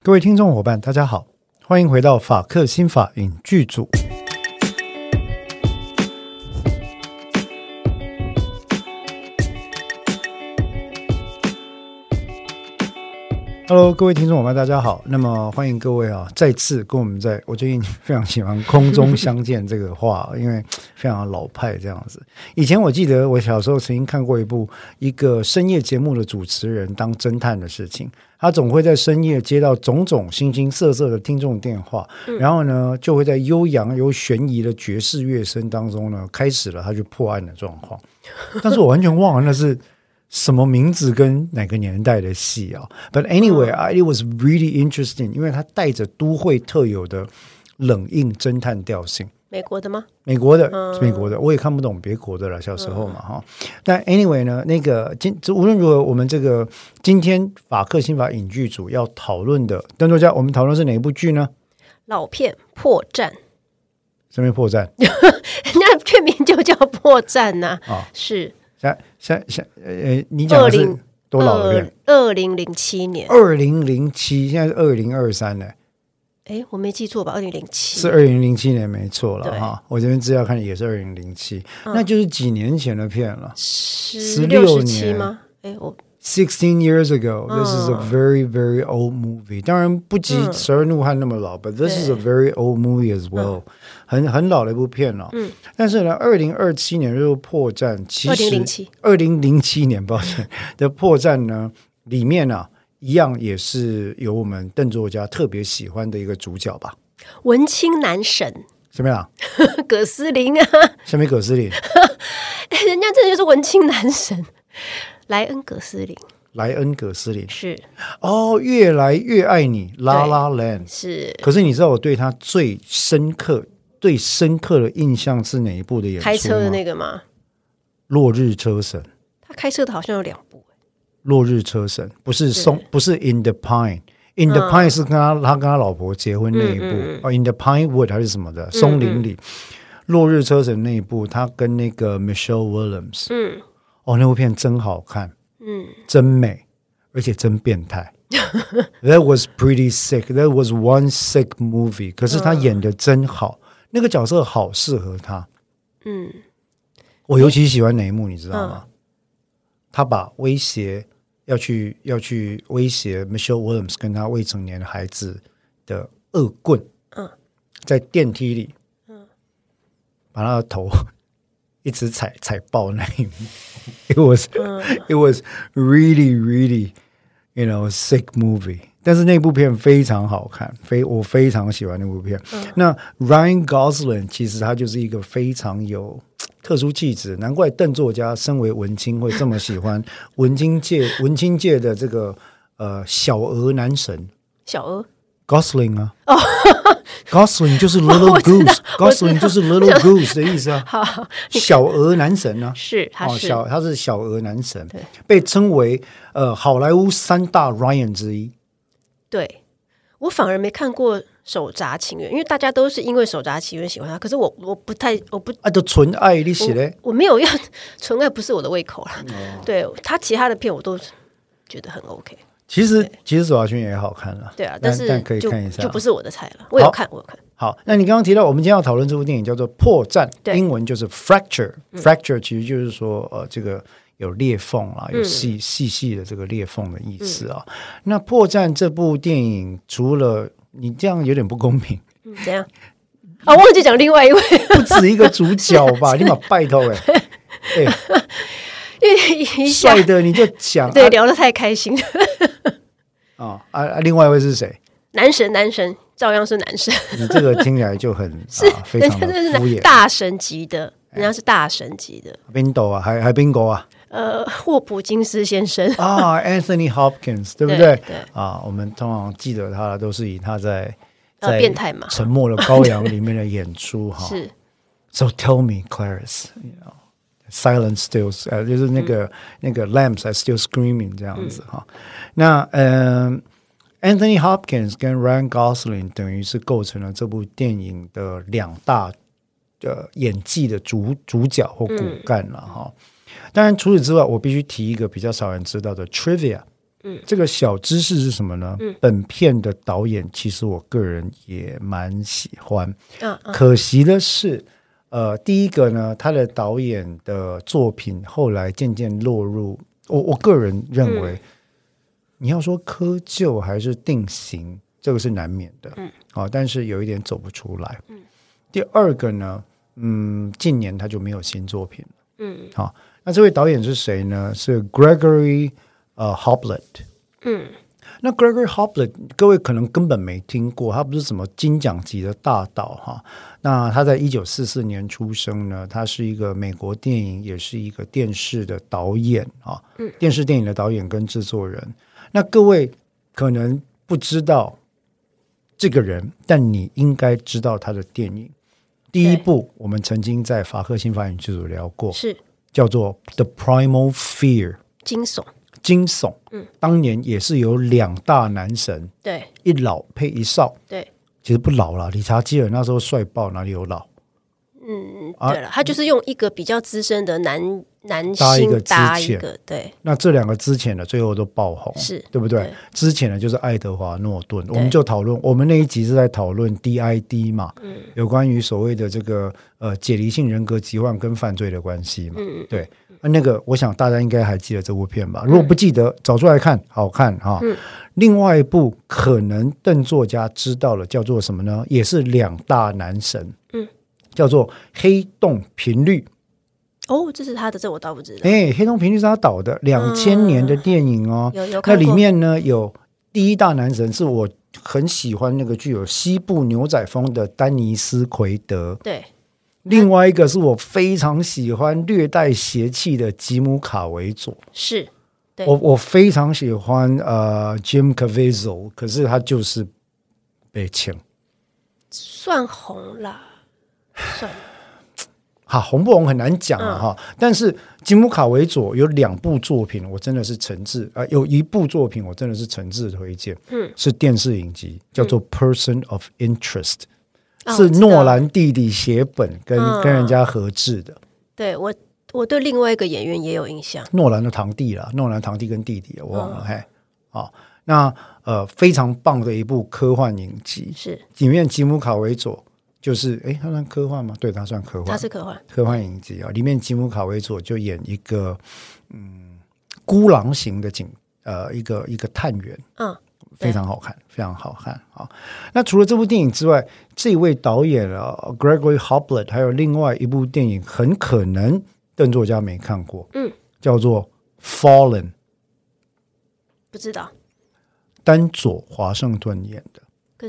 各位听众伙伴大家好，欢迎回到法克新法影剧组。Hello， 各位听众伙伴大家好，那么欢迎各位再次跟我们我最近非常喜欢空中相见这个话因为非常老派这样子。以前我记得我小时候曾经看过一个深夜节目的主持人当侦探的事情，他总会在深夜接到种种形形色色的听众电话，然后呢就会在悠扬有悬疑的爵士乐声当中呢开始了他去破案的状况。但是我完全忘了那是什么名字跟哪个年代的戏啊 But anyway, it was really interesting， 因为它带着都会特有的冷硬侦探调性。 美国的吗？ 美国的，是美国的，我也看不懂别国的了，小时候嘛但 anyway 呢，无论如何，我们今天法克新法影剧组要讨论的邓作家，我们讨论是哪一部剧呢？ 老片破绽。 什么破绽？ 人家片名就叫破绽呐、是。 你讲的是多老的片 ？2007年。 2007，现在是2023呢。 我没记错吧？2007 是2007年没错了哈。我这边资料看也是2007，那就是几年前的片了，16年吗 ？16 years ago, this is a very, very old movie. 当然不及《十二怒汉》那么老，but this is a very old movie as well. 很老的一部片了。但是呢，2027年就是破绽，其实2007年，抱歉的破绽呢，里面一样也是有我们邓作家特别喜欢的一个主角吧， 文青男神。 什么呀？ 葛斯林啊！ 什么葛斯林？ 人家真的就是文青男神。莱恩·葛斯林， 是越来越爱你，拉拉 land 是。 可是你知道我对他最深刻的印象是哪一部的演出吗？ 开车的那个吗？ 落日车神。 他开车的好像有2部。 落日车神不是In the Pine。In the Pine 是他跟他老婆结婚那一部，In the Pine Wood 还是什么的，松林里。落日车神那一部，他跟那个 Michelle Williams，那部片真好看，真美，而且真变态。That was pretty sick. That was one sick movie. 可是他演的真好，那个角色好适合他。我尤其喜欢哪一幕，你知道吗？他把威胁要去威胁 Michelle Williams 跟他未成年的孩子的恶棍，在电梯里，把他的头一直踩爆那一幕。It was really, really, sick movie. 但是那部片非常好看，我非常喜欢那部片。那 Ryan Gosling 其实他就是一个非常有特殊气质，难怪邓作家身为文青会这么喜欢文青界的这个小鹅男神。 小鹅 Gosling 啊Gosling 就是 Little Goose Gosling 就是 Little Goose 的意思啊。小鹅男神啊，他是小鹅男神，被称为好莱坞3大 Ryan 之一。 对，我反而没看过手札情缘，因为大家都是因为手札情缘喜欢他，可是我不就纯爱你写的， 我没有要纯爱，不是我的胃口啦。对，他其他的片我都觉得很 OK。 其实手札情缘也好看了， 对啊，但可以看一下， 就不是我的菜了。我有看。 好，那你刚刚提到我们今天要讨论这部电影叫做《破绽》，英文就是 Fracture。Fracture 其实就是说这个有裂缝啊，有细的这个裂缝的意思啊。那《破绽》这部电影，除了你这样有点不公平， 怎样？忘记讲另外一位， 不止一个主角吧？你把拜托帅的你就讲， 对，聊得太开心另外一位是谁？ 男神照样是男神。 你这个听起来就很非常的敷衍， 大神级的，人家是大神级的。 边斗啊，还边个啊？ 霍普金斯先生 Anthony Hopkins 对不对？我们通常记得他都是以他在变态嘛， 沉默的羔羊里面的演出是。 So tell me, Clarice, silence still 就是那个 lambs are still screaming 这样子那Anthony Hopkins 跟 Ryan Gosling 等于是构成了这部电影的2大演技的主角或骨干了当然除此之外我必须提一个比较少人知道的 trivia 这个小知识是什么呢？本片的导演其实我个人也蛮喜欢，可惜的是第一个呢，他的导演的作品后来渐渐落入我个人认为，你要说窠臼还是定型，这个是难免的，但是有一点走不出来。第二个呢，近年他就没有新作品了。那这位导演是谁呢？是 Gregory Hoblit。那 Gregory Hoblit 各位可能根本没听过，他不是什么金奖级的大导哈。那他在1944年出生呢，他是一个美国电影也是一个电视的导演啊，电视电影的导演跟制作人。那各位可能不知道这个人，但你应该知道他的电影。第一部我们曾经在法克新法影剧组聊过，是叫做 The Primal Fear， 惊悚，当年也是有2大男神，对，一老配一少，对，其实不老啦，理查基尔那时候帅爆，哪里有老？ 对了，他就是用一个比较资深的男星搭一个，对。那这2个之前的最后都爆红，是对不对？之前的就是爱德华诺顿，我们就讨论，我们那一集是在讨论 DID 嘛，有关于所谓的这个解离性人格疾患跟犯罪的关系嘛，对。那个我想大家应该还记得这部片吧，如果不记得找出来看，好看哈。另外一部可能邓作家知道了，叫做什么呢？也是2大男神，叫做黑洞频率。 这是他的，这我倒不知道。 黑洞频率是他导的2000年的电影哦。有看过。那里面呢有第1大男神是我很喜欢那个具有西部牛仔风的丹尼斯奎德，对。另外一个是我非常喜欢略带邪气的吉姆卡维佐，是对。我非常喜欢Jim Caviezel， 可是他就是被请算红啦，算红不红很难讲哈。但是吉姆卡维佐有2部作品我真的是诚挚有1部作品我真的是诚挚推荐，是电视影集，叫做 Person of Interest，是诺兰弟弟写本跟人家合制的。 对，我对另外一个演员也有印象， 诺兰的堂弟啦，诺兰堂弟跟弟弟我忘了。那非常棒的一部科幻影集，是里面吉姆卡维佐就是他算科幻吗？对，他算科幻， 他是科幻影集里面吉姆卡维佐就演一个孤狼型的一个探员，非常好看，非常好看。那除了这部电影之外，这位导演Gregory Hoblit 还有另外一部电影很可能邓作家没看过，叫做 Fallen， 不知道。 丹佐华盛顿演的，跟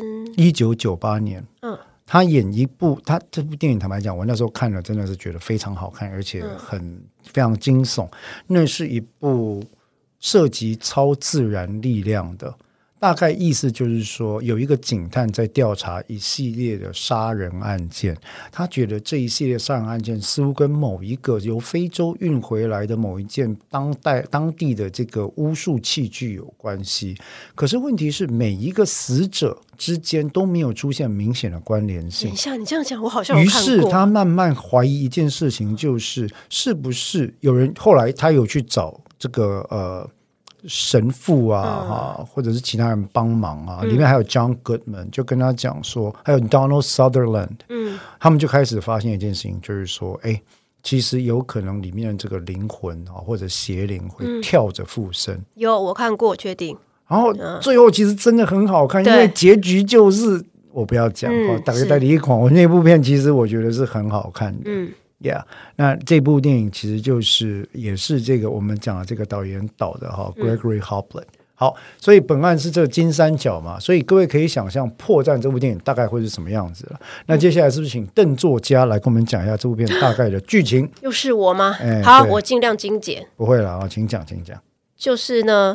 1998年，他演一部，他这部电影坦白讲我那时候看了真的是觉得非常好看，而且非常惊悚。那是一部涉及超自然力量的，大概意思就是说有一个警探在调查一系列的杀人案件，他觉得这一系列杀人案件似乎跟某一个由非洲运回来的某一件当地的这个巫术器具有关系，可是问题是每一个死者之间都没有出现明显的关联性。 等一下，你这样讲我好像有看过。 于是他慢慢怀疑一件事情，就是是不是有人，后来他有去找这个神父或者是其他人帮忙里面还有 John Goodman， 就跟他讲说，还有 Donald Sutherland，他们就开始发现一件事情，就是说其实有可能里面这个灵魂或者邪灵会跳着附身。 有，我看过，确定。 然后最后其实真的很好看，因为结局就是我不要讲大概第一款，我那部片其实我觉得是很好看的。那这部电影其实也是这个我们讲的这个导演导的Gregory Hoblit。好，所以本案是这个金三角嘛，所以各位可以想象破绽这部电影大概会是什么样子了。那接下来是不是请邓作家来跟我们讲一下这部片大概的剧情？ 又是我吗？好，我尽量精简。 不会啦，请讲。 就是呢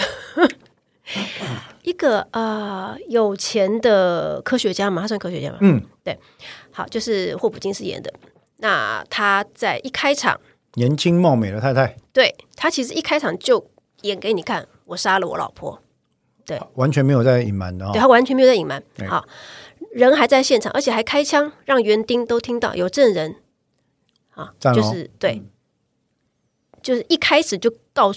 一个有钱的科学家嘛，他算科学家嘛？对。好，就是霍普金斯演的。那他在一开场， 年轻貌美的太太， 对，他其实一开场就演给你看，我杀了我老婆，对， 完全没有在隐瞒的对，他完全没有在隐瞒。好，人还在现场，而且还开枪，让园丁都听到，有证人就是对，就是一开始就告诉你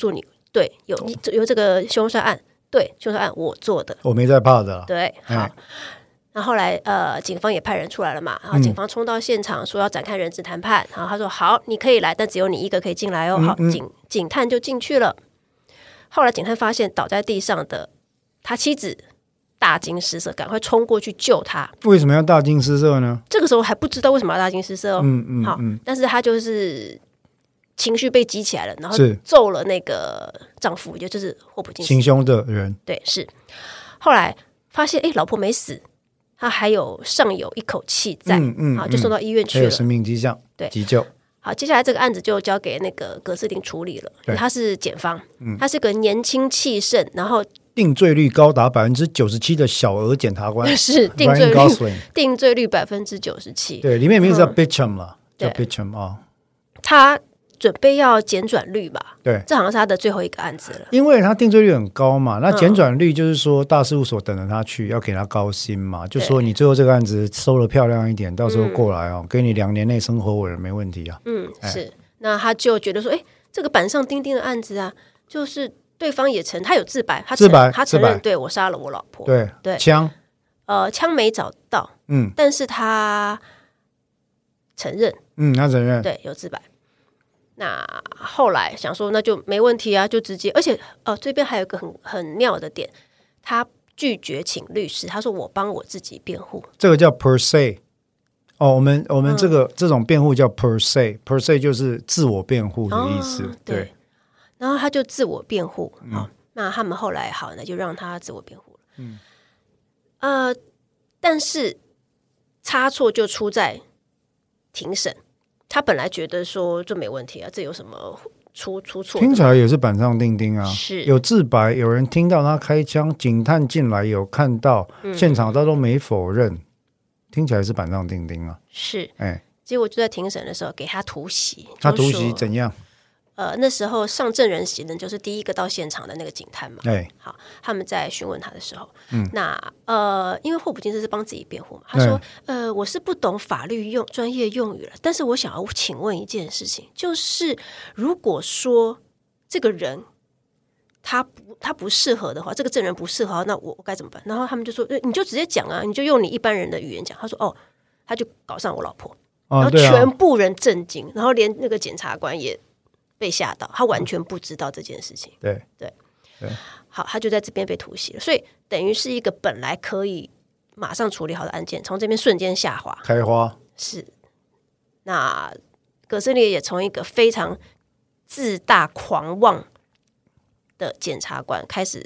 对，有这个凶杀案，对，凶杀案我做的， 我没在怕的啦。 对，好。那后来警方也派人出来了嘛，然后警方冲到现场说要展开人质谈判，然后他说好，你可以来，但只有你一个可以进来哦。好，警探就进去了。后来警探发现倒在地上的他妻子大惊失色，赶快冲过去救他。 为什么要大惊失色呢？ 这个时候还不知道为什么要大惊失色哦。好，但是他就是情绪被激起来了，然后揍了那个丈夫，也就是霍普金斯行凶的人。 对，是。后来发现老婆没死，他还尚有一口气在，好，就送到医院去了， 还有生命迹象， 对， 急救。 好，接下来这个案子就交给那个葛斯林处理了，他是检方，他是个年轻气盛，然后定罪率高达97%的小额检察官， 是定罪率97%。 对，里面名字叫 Beecham 了，叫 Beecham 啊。 他准备要减转率吧？ 对， 这好像是他的最后一个案子了。 因为他定罪率很高嘛，那减转率就是说大事务所等着他去，要给他高薪嘛，就说你最后这个案子收了漂亮一点，到时候过来给你2年内生活稳没问题啊。 是。那他就觉得说，这个板上钉钉的案子啊，就是对方也他有自白，他承认对我杀了我老婆，对， 枪没找到，但是他承认， 他承认， 对，有自白。那后来想说那就没问题啊，就直接，而且这边还有一个很妙的点，他拒绝请律师，他说我帮我自己辩护， 这个叫 per se。我们这种辩护叫 per se，per se 就是自我辩护的意思。对。 然后他就自我辩护，那他们后来好，那就让他自我辩护了。但是差错就出在庭审。他本来觉得说这没问题啊，这有什么出错？ 听起来也是板上钉钉啊， 是有自白，有人听到他开枪，警探进来有看到，现场他都没否认，听起来是板上钉钉啊。 是，结果就在庭审的时候给他突袭， 他突袭怎样？ 那时候上证人席人就是第一个到现场的那个警探嘛。好，他们在询问他的时候，那因为霍普金斯是帮自己辩护嘛，他说，我是不懂法律专业用语了，但是我想要请问一件事情，就是如果说这个人他不适合的话，这个证人不适合，那我该怎么办？然后他们就说，你就直接讲啊，你就用你一般人的语言讲。他说，他就搞上我老婆，然后全部人震惊，然后连那个检察官也被吓到，他完全不知道这件事情。 对， 好，他就在这边被突袭了，所以等于是一个本来可以马上处理好的案件，从这边瞬间下滑开花。 是，那葛斯林也从一个非常自大狂妄的检察官开始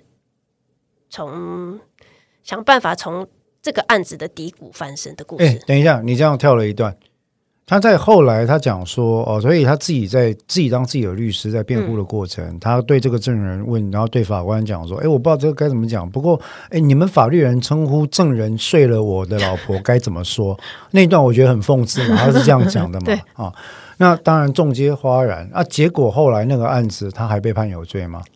想办法从这个案子的低谷翻身的故事。 等一下，你这样跳了一段。他在后来他讲说，所以他自己当自己的律师在辩护的过程，他对这个证人问，然后对法官讲说，我不知道这个该怎么讲，不过你们法律人称呼证人睡了我的老婆该怎么说？那一段我觉得很讽刺嘛，他是这样讲的嘛。那当然众皆哗然啊。结果后来那个案子他还被判有罪吗？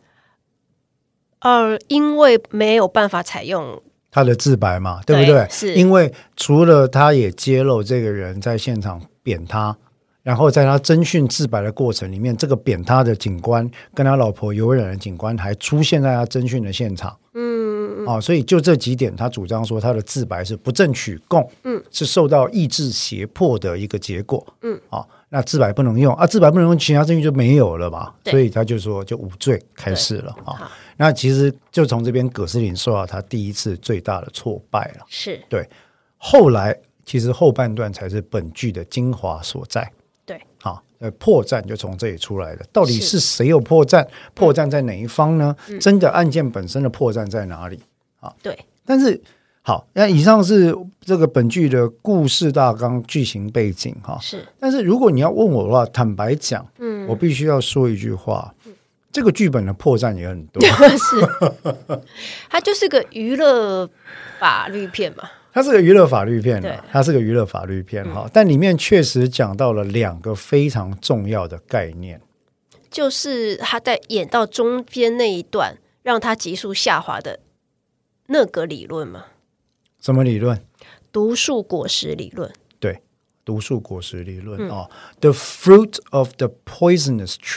因为没有办法采用他的自白嘛，对不对？是因为除了他也揭露这个人在现场扁他，然后在他侦讯自白的过程里面，这个扁他的警官跟他老婆有染的警官还出现在他侦讯的现场。所以就这几点，他主张说他的自白是不正取供，是受到意志胁迫的一个结果。那自白不能用啊，自白不能用，其他证据就没有了嘛，所以他就说就无罪开始了啊。那其实就从这边葛斯林受到他第一次最大的挫败了， 是对。 后来其实后半段才是本剧的精华所在， 对， 破绽就从这里出来了。到底是谁有破绽？破绽在哪一方呢？真的案件本身的破绽在哪里？ 对。 但是好，那以上是这个本剧的故事大纲、剧情背景是。 但是如果你要问我的话，坦白讲，我必须要说一句话，这个剧本的破绽也很多。 是，它就是个娱乐法律片嘛。 它是个娱乐法律片，它是个娱乐法律片但里面确实讲到了2个非常重要的概念， 就是他在演到中间那一段让他急速下滑的那个理论嘛。 什么理论？ 毒树果实理论。 对，毒树果实理论The fruit of the poisonous tree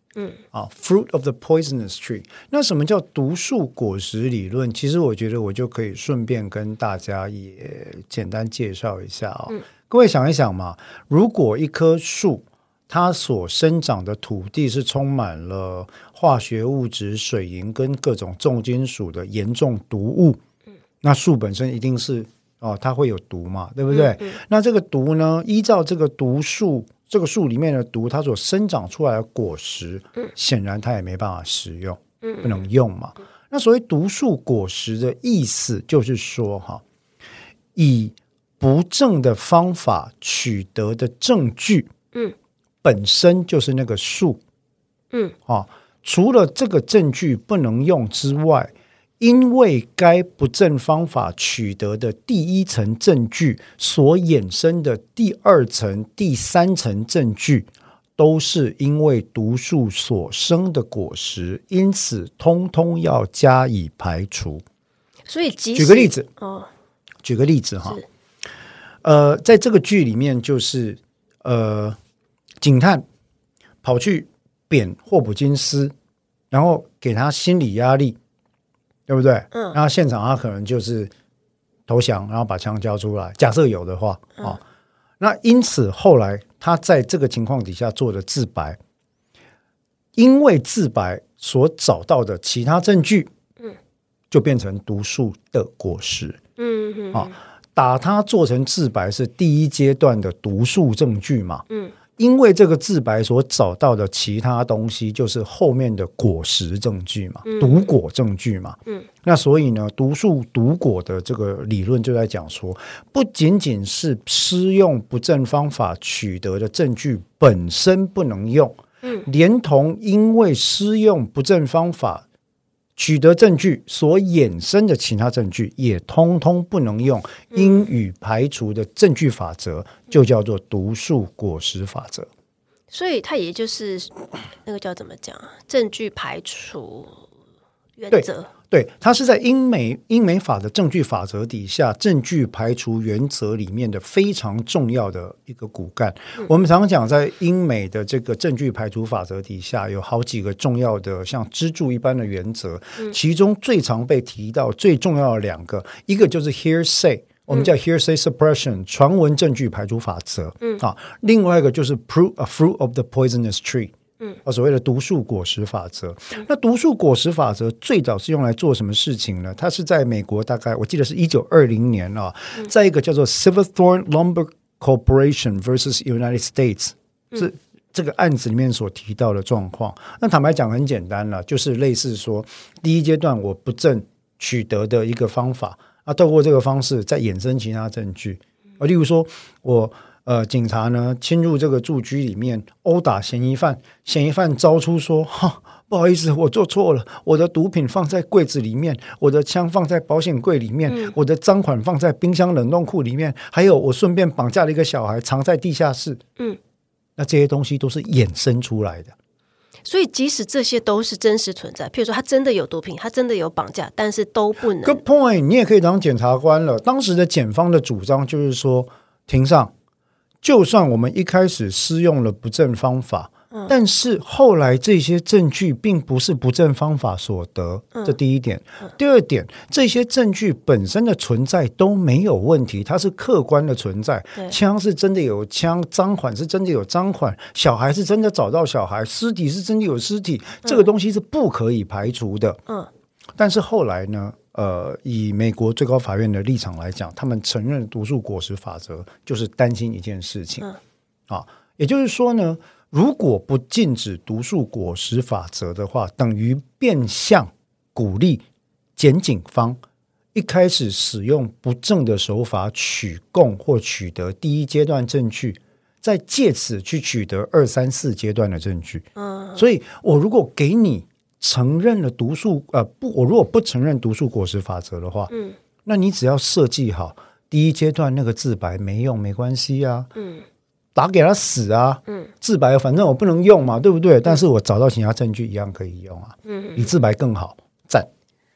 fruit of the poisonous tree。 那什么叫毒树果实理论？其实我觉得我就可以顺便跟大家也简单介绍一下各位想一想嘛，如果一棵树它所生长的土地是充满了化学物质、水银跟各种重金属的严重毒物，那树本身一定是它会有毒嘛，对不对？那这个毒呢，依照这个毒树，这个树里面的毒，它所生长出来的果实，显然它也没办法食用，不能用嘛。那所谓毒树果实的意思就是说以不正的方法取得的证据，本身就是那个树，除了这个证据不能用之外，因为该不正方法取得的第一层证据所衍生的第二层、第三层证据，都是因为毒树所生的果实，因此通通要加以排除。 所以举个例子，举个例子在这个剧里面就是警探跑去扁霍普金斯，然后给他心理压力，对不对？然后现场他可能就是投降，然后把枪交出来，假设有的话那因此后来他在这个情况底下做的自白，因为自白所找到的其他证据就变成毒树的果实。打他做成自白是第一阶段的毒树证据嘛，因为这个自白所找到的其他东西就是后面的果实证据嘛，毒果证据嘛。那所以呢，毒树毒果的这个理论就在讲说，不仅仅是施用不正方法取得的证据本身不能用，连同因为施用不正方法取得证据所衍生的其他证据也通通不能用，应予排除的证据法则就叫做毒树果实法则。 所以它也就是那个叫怎么讲，证据排除原则。 对，它是在英美法的证据法则底下，证据排除原则里面的非常重要的一个骨干。我们常常讲，在英美的这个证据排除法则底下，有好几个重要的像支柱一般的原则，其中最常被提到、最重要的两个，一个就是 hearsay。我们叫 hearsay suppression 传闻证据排除法则另外一个就是 fruit of the poisonous tree所谓的毒树果实法则。那毒树果实法则最早是用来做什么事情呢？它是在美国大概我记得是1920年在一个叫做 Silverthorne Lumber Corporation versus United States 是这个案子里面所提到的状况。那坦白讲很简单了，就是类似说第一阶段我不正取得的一个方法透过这个方式再衍生其他证据例如说我警察呢侵入这个住居里面殴打嫌疑犯，嫌疑犯招出说不好意思我做错了，我的毒品放在柜子里面，我的枪放在保险柜里面我的赃款放在冰箱冷冻库里面，还有我顺便绑架了一个小孩藏在地下室那这些东西都是衍生出来的。 所以即使这些都是真实存在，譬如说他真的有毒品，他真的有绑架，但是都不能。 Good point， 你也可以当检察官了。当时的检方的主张就是说，庭上就算我们一开始施用了不正方法但是后来这些证据并不是不正方法所得这第一点第二点，这些证据本身的存在都没有问题，它是客观的存在，枪是真的有枪，赃款是真的有赃款，小孩是真的找到小孩，尸体是真的有尸体这个东西是不可以排除的但是后来呢以美国最高法院的立场来讲，他们承认毒树果实法则，就是担心一件事情也就是说呢，如果不禁止毒树果实法则的话，等于变相鼓励检警方一开始使用不正的手法取供或取得第一阶段证据，再借此去取得2、3、4阶段的证据所以我如果给你承认了毒树我如果不承认毒树果实法则的话那你只要设计好第一阶段那个自白没用没关系打给他死自白反正我不能用嘛，对不对但是我找到其他证据一样可以用比自白更好，赞。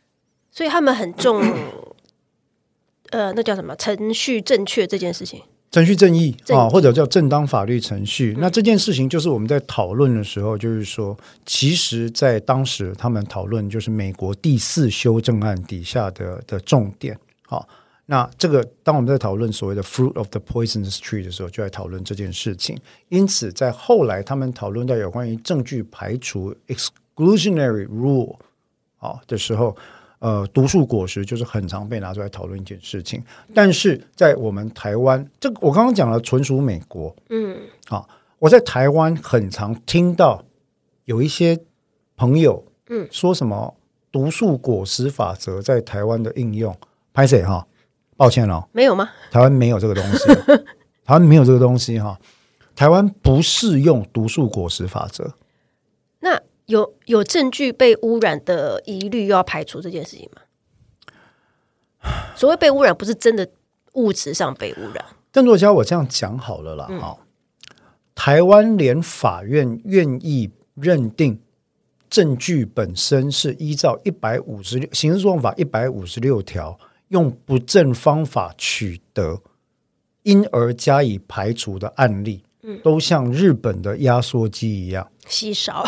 所以他们很重那叫什么程序正确这件事情。 程序正义啊，或者叫正当法律程序。那这件事情就是我们在讨论的时候，就是说，其实在当时他们讨论就是美国第4修正案底下的重点。好，那这个当我们在讨论所谓的 fruit of the poisonous tree 的时候，就在讨论这件事情。因此，在后来他们讨论到有关于证据排除 exclusionary rule 的时候。毒树果实就是很常被拿出来讨论一件事情，但是在我们台湾，这个我刚刚讲了纯属美国，我在台湾很常听到有一些朋友，说什么毒树果实法则在台湾的应用，拍谁哈？抱歉哦， 没有吗？ 台湾没有这个东西，台湾没有这个东西哈，台湾不适用毒树果实法则。 那有证据被污染的疑虑又要排除这件事情吗？所谓被污染不是真的物质上被污染。 邓作家，我这样讲好了啦，台湾连法院愿意认定证据本身是依照刑事诉讼法156条用不正方法取得，因而加以排除的案例，都像日本的压缩机一样稀少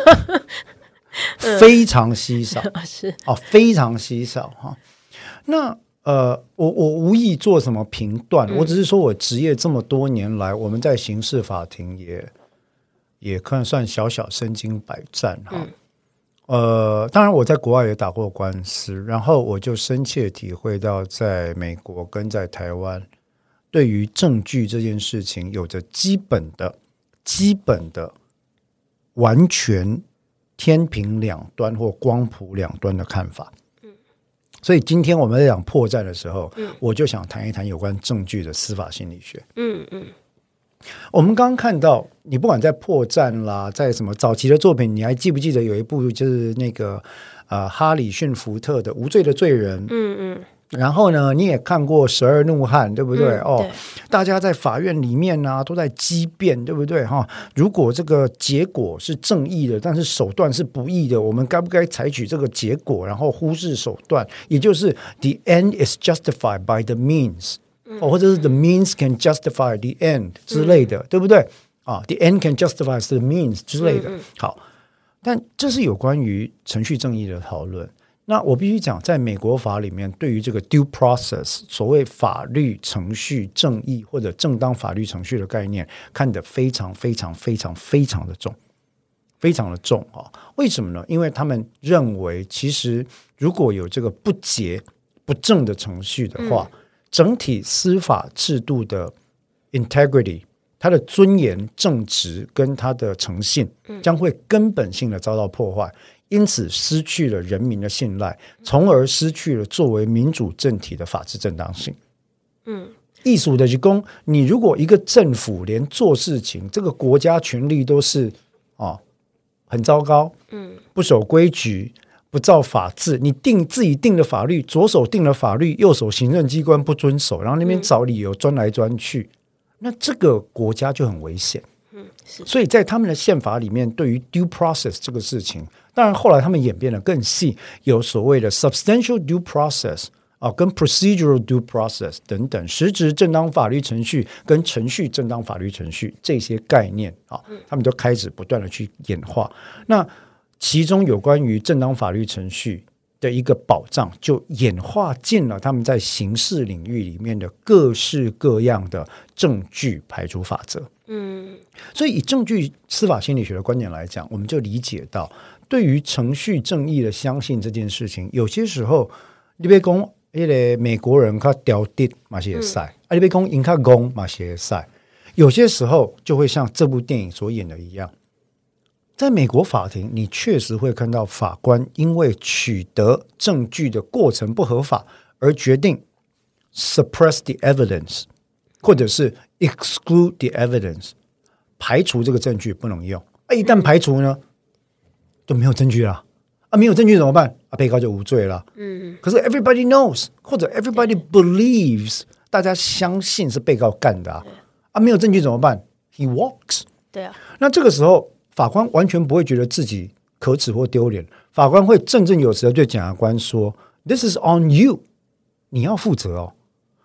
非常稀少是非常稀少哈。那我无意做什么评断，我只是说我职业这么多年来，我们在刑事法庭也可能算小小身经百战哈。当然我在国外也打过官司，然后我就深切体会到在美国跟在台湾对于证据这件事情有着基本的完全天平两端或光谱两端的看法。所以今天我们在讲破绽的时候，我就想谈一谈有关证据的司法心理学。我们刚刚看到，你不管在破绽啦，在什么早期的作品，你还记不记得有一部就是那个哈里逊福特的《无罪的罪人》？然后呢，你也看过《12怒汉》，对不对？对，大家在法院里面啊，都在激辩，对不对？如果这个结果是正义的，但是手段是不义的，我们该不该采取这个结果，然后忽视手段？也就是 the end is justified by the means，或者是 the means can justify the end 之类的，对不对？the end can justify the means 之类的。好，但这是有关于程序正义的讨论。那我必须讲，在美国法里面，对于这个 due process 所谓法律程序正义或者正当法律程序的概念，看得非常非常非常非常的重，非常的重啊！为什么呢？因为他们认为，其实如果有这个不洁不正的程序的话，整体司法制度的 integrity， 它的尊严、正直跟它的诚信，将会根本性的遭到破坏。因此失去了人民的信赖，从而失去了作为民主政体的法治正当性。意思的是说，你如果一个政府连做事情，这个国家权力都是很糟糕，不守规矩，不照法治，你自己定的法律，左手定了法律，右手行政机关不遵守，然后那边找理由钻来钻去，那这个国家就很危险。所以在他们的宪法里面，对于 due process 这个事情，当然后来他们演变得更细，有所谓的 substantial due process 跟 procedural due process 等等，实质正当法律程序跟程序正当法律程序这些概念他们都开始不断的去演化。那其中有关于正当法律程序的一个保障，就演化进了他们在刑事领域里面的各式各样的证据排除法则。所以以证据司法心理学的观点来讲，我们就理解到，对于程序正义的相信这件事情，有些时候你别说美国人他屌滴嘛些赛，你别说赢他公嘛些赛，有些时候就会像这部电影所演的一样，在美国法庭，你确实会看到法官因为取得证据的过程不合法而决定 suppress the evidence， 或者是 exclude the evidence， 排除这个证据不能用。一旦排除呢，就没有证据了。没有证据怎么办？被告就无罪了。可是 everybody knows， 或者 everybody believes， 大家相信是被告干的没有证据怎么办？ He walks。 对啊， 那这个时候法官完全不会觉得自己可耻或丢脸，法官会振振有词的对检察官说 This is on you， 你要负责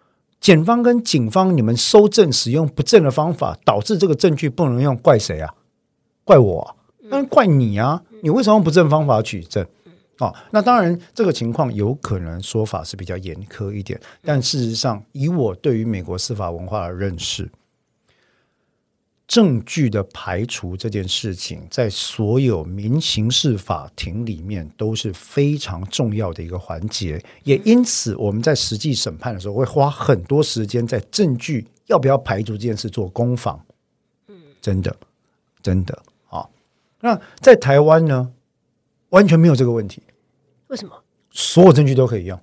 检方跟警方你们搜证使用不正的方法，导致这个证据不能用，怪谁啊？怪我啊？当然怪你啊！你为什么用不正方法取证？那当然这个情况有可能说法是比较严苛一点，但事实上以我对于美国司法文化的认识，证据的排除这件事情在所有民刑事法庭里面都是非常重要的一个环节，也因此我们在实际审判的时候会花很多时间在证据要不要排除这件事做攻防。真的好，那在台湾呢完全没有这个问题。 为什么？ 所有证据都可以用。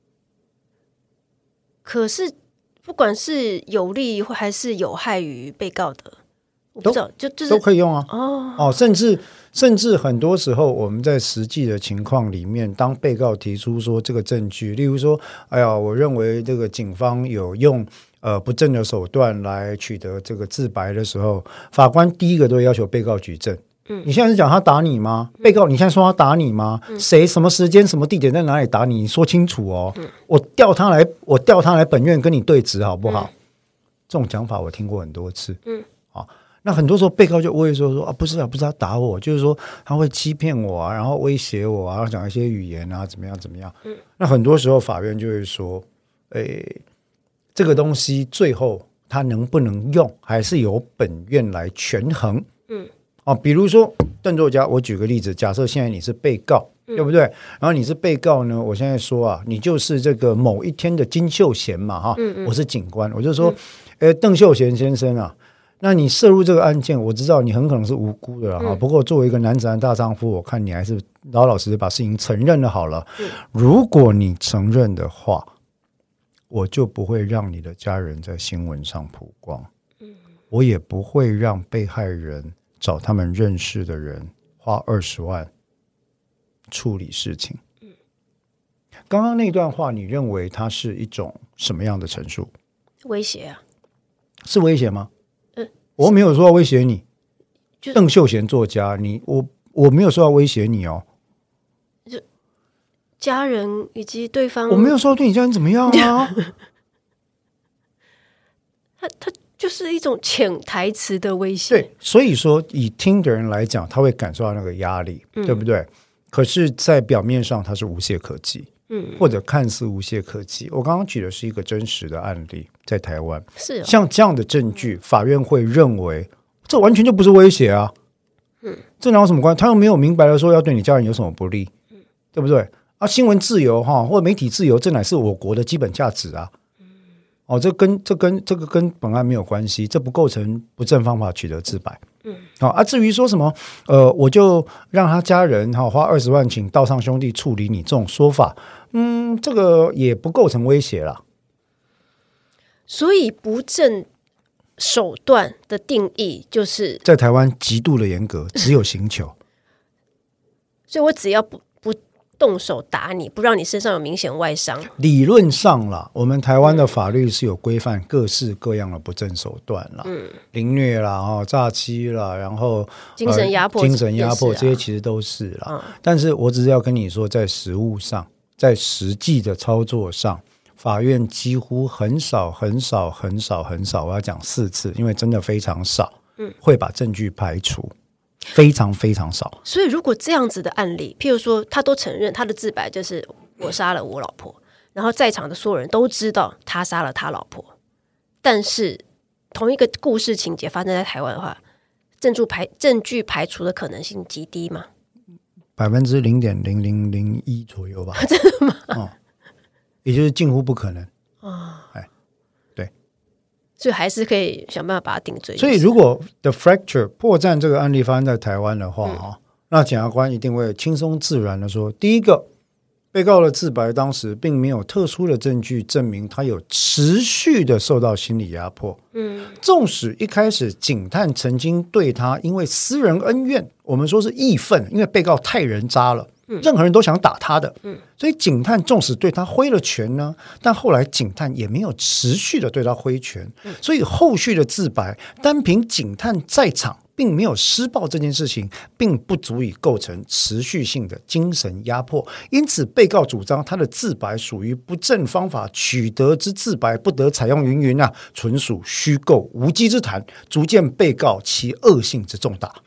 可是不管是有利还是有害于被告的，我不知道，就是都可以用啊。甚至很多时候我们在实际的情况里面，当被告提出说这个证据，例如说哎呀我认为这个警方有用不正的手段来取得这个自白的时候，法官第一个都会要求被告举证。你现在是讲他打你吗？被告你现在说他打你吗？谁什么时间什么地点在哪里打你？你说清楚哦。我调他来本院跟你对质好不好？这种讲法我听过很多次。那很多时候被告就会说不是他打我，就是说他会欺骗我啊，然后威胁我啊，然后讲一些语言啊，怎么样。那很多时候法院就会说这个东西最后他能不能用还是由本院来权衡。比如说邓作家，我举个例子，假设现在你是被告，对不对？然后你是被告呢，我现在说啊，你就是这个某一天的金秀贤嘛，我是警官，我就说邓秀贤先生啊，那你涉入这个案件，我知道你很可能是无辜的了不过作为一个男子汉大丈夫，我看你还是老老实实把事情承认了好了。如果你承认的话，我就不会让你的家人在新闻上曝光，我也不会让被害人找他们认识的人花20万处理事情。刚刚那段话你认为它是一种什么样的陈述？ 威胁啊。 是威胁吗？我没有说要威胁你，邓秀贤作家，我没有说要威胁你哦。 就家人以及对方， 我没有说对你家人怎么样啊。 他就是一种潜台词的威胁。 对，所以说以听的人来讲，他会感受到那个压力，对不对？可是在表面上他是无懈可击，或者看似无懈可击。我刚刚举的是一个真实的案例，在台湾是像这样的证据，法院会认为这完全就不是威胁啊。这哪有什么关系？他又没有明白的说要对你家人有什么不利，对不对？新闻自由或者媒体自由，这乃是我国的基本价值啊。这个跟本案没有关系，这不构成不正方法取得自白。至于说什么我就让他家人花20万请道上兄弟处理你这种说法，这个也不构成威胁啦。 所以不正手段的定义就是在台湾极度的严格，只有刑求。 所以我只要不动手打你，不让你身上有明显外伤。 理论上啦，我们台湾的法律是有规范各式各样的不正手段啦，凌虐啦、诈欺啦，然后精神压迫、 这些其实都是啦。但是我只是要跟你说，在实务上，在实际的操作上，法院几乎很少，我要讲4次，因为真的非常少，会把证据排除。非常非常少。 所以如果这样子的案例，譬如说他都承认他的自白就是我杀了我老婆，然后在场的所有人都知道他杀了他老婆，但是同一个故事情节发生在台湾的话，证据排除的可能性极低吗 ？0.0001%左右吧。 真的吗？ 也就是近乎不可能。 所以还是可以想办法把它定罪。 所以如果 The Fracture 破绽这个案例发生在台湾的话，那检察官一定会轻松自然的说，第一个，被告的自白当时并没有特殊的证据证明他有持续的受到心理压迫。纵使一开始警探曾经对他因为私人恩怨，我们说是义愤，因为被告太人渣了，任何人都想打他的，所以警探纵使对他挥了拳呢，但后来警探也没有持续的对他挥拳，所以后续的自白单凭警探在场并没有施暴这件事情并不足以构成持续性的精神压迫，因此被告主张他的自白属于不正方法取得之自白，不得采用云云啊，纯属虚构无稽之谈，足见被告其恶性之重大。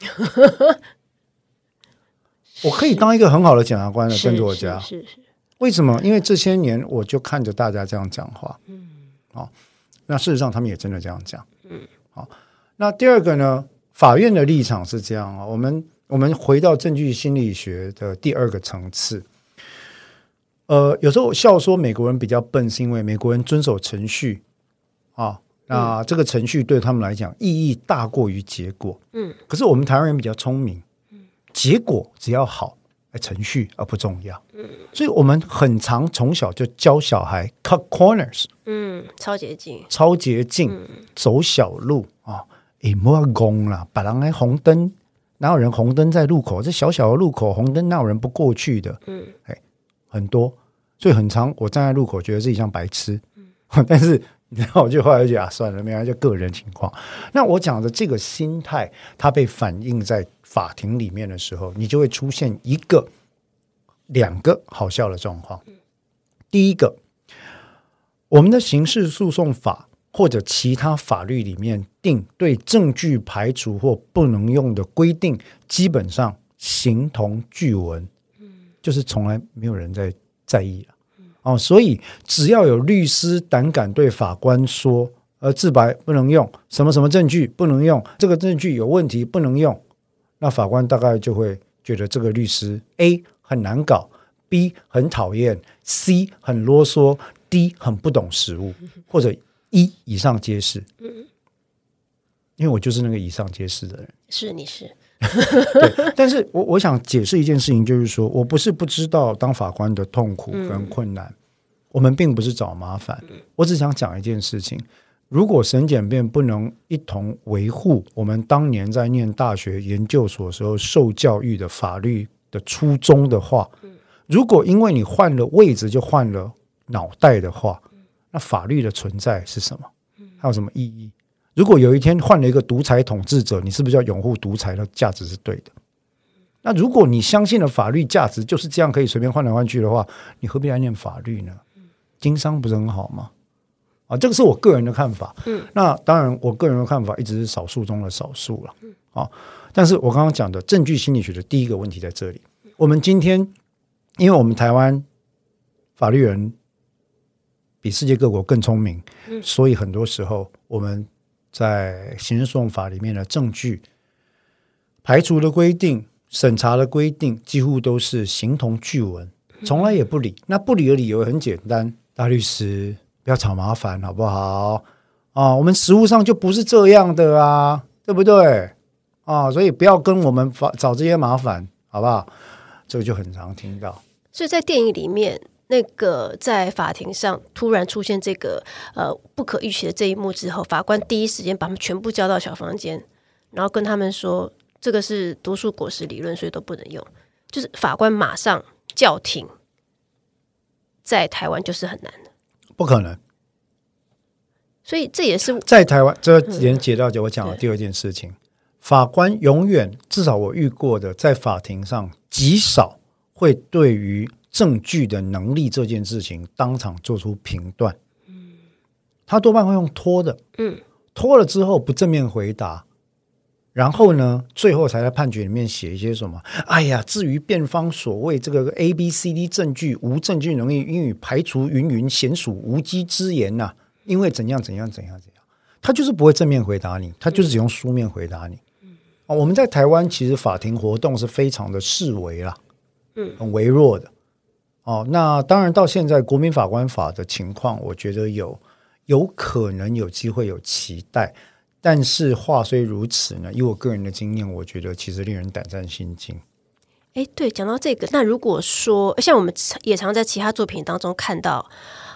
我可以当一个很好的检察官的跟作家，是为什么？因为这些年我就看着大家这样讲话，那事实上他们也真的这样讲，好，那第二个呢，法院的立场是这样啊，我们回到证据心理学的第二个层次，有时候我笑说美国人比较笨，是因为美国人遵守程序啊，那这个程序对他们来讲意义大过于结果，可是我们台湾人比较聪明。结果只要好，程序而不重要，所以我们很常从小就教小孩 cut corners， 超捷径，走小路啊，不要攻啦，把人来红灯，哪有人红灯在路口？这小小的路口红灯，哪有人不过去的？很多，所以很常我站在路口觉得自己像白痴，但是然后我就后来就算了，没关系，就个人情况。那我讲的这个心态，它被反映在法庭里面的时候，你就会出现两个好笑的状况。第一个，我们的刑事诉讼法或者其他法律里面定对证据排除或不能用的规定，基本上形同具文，就是从来没有人在意了。所以只要有律师胆敢对法官说自白不能用，什么什么证据不能用，这个证据有问题不能用，那法官大概就会觉得这个律师 A 很难搞， B 很讨厌， C 很啰嗦， D 很不懂实务，或者E 以上皆是。因为我就是那个以上皆是的人。 是，你是对，但是我想解释一件事情，就是说我不是不知道当法官的痛苦跟困难，我们并不是找麻烦，我只想讲一件事情，如果审检辩不能一同维护我们当年在念大学研究所时候受教育的法律的初衷的话，如果因为你换了位置就换了脑袋的话，那法律的存在是什么？还有什么意义？如果有一天换了一个独裁统治者，你是不是要拥护独裁的价值是对的？那如果你相信的法律价值就是这样可以随便换来换去的话，你何必来念法律呢？经商不是很好吗？这个是我个人的看法。那当然我个人的看法一直是少数中的少数了。但是我刚刚讲的证据心理学的第一个问题在这里，我们今天因为我们台湾法律人比世界各国更聪明，所以很多时候我们在刑事诉讼法里面的证据排除的规定、审查的规定几乎都是形同具文，从来也不理。那不理的理由很简单，大律师不要吵麻烦好不好？我们实务上就不是这样的啊，对不对？所以不要跟我们找这些麻烦好不好？这个就很常听到。 所以在电影里面那个在法庭上突然出现这个不可预期的这一幕之后，法官第一时间把他们全部叫到小房间，然后跟他们说这个是毒树果实理论，所以都不能用，就是法官马上叫停，在台湾就是很难的， 不可能。 所以这也是在台湾，这连接到我讲的第二件事情，法官永远，至少我遇过的，在法庭上极少会对于证据的能力这件事情当场做出评断，他多半会用拖的，拖了之后不正面回答，然后呢最后才在判决里面写一些什么，哎呀，至于辩方所谓这个 ABCD 证据无证据能力，因与排除云云，显属无稽之言呐，因为怎样怎样怎样怎样，他就是不会正面回答你，他就是只用书面回答你。我们在台湾其实法庭活动是非常的式微啦，很微弱的。那当然到现在国民法官法的情况，我觉得有可能有机会有期待，但是话虽如此呢，以我个人的经验，我觉得其实令人胆战心惊。 对，讲到这个，那如果说像我们也常在其他作品当中看到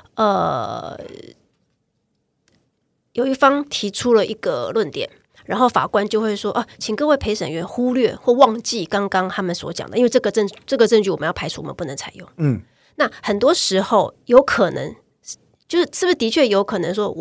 有一方提出了一个论点，然后法官就会说请各位陪审员忽略或忘记刚刚他们所讲的，因为这个证据我们要排除，我们不能采用。那很多时候有可能就是是不是的确有可能说，我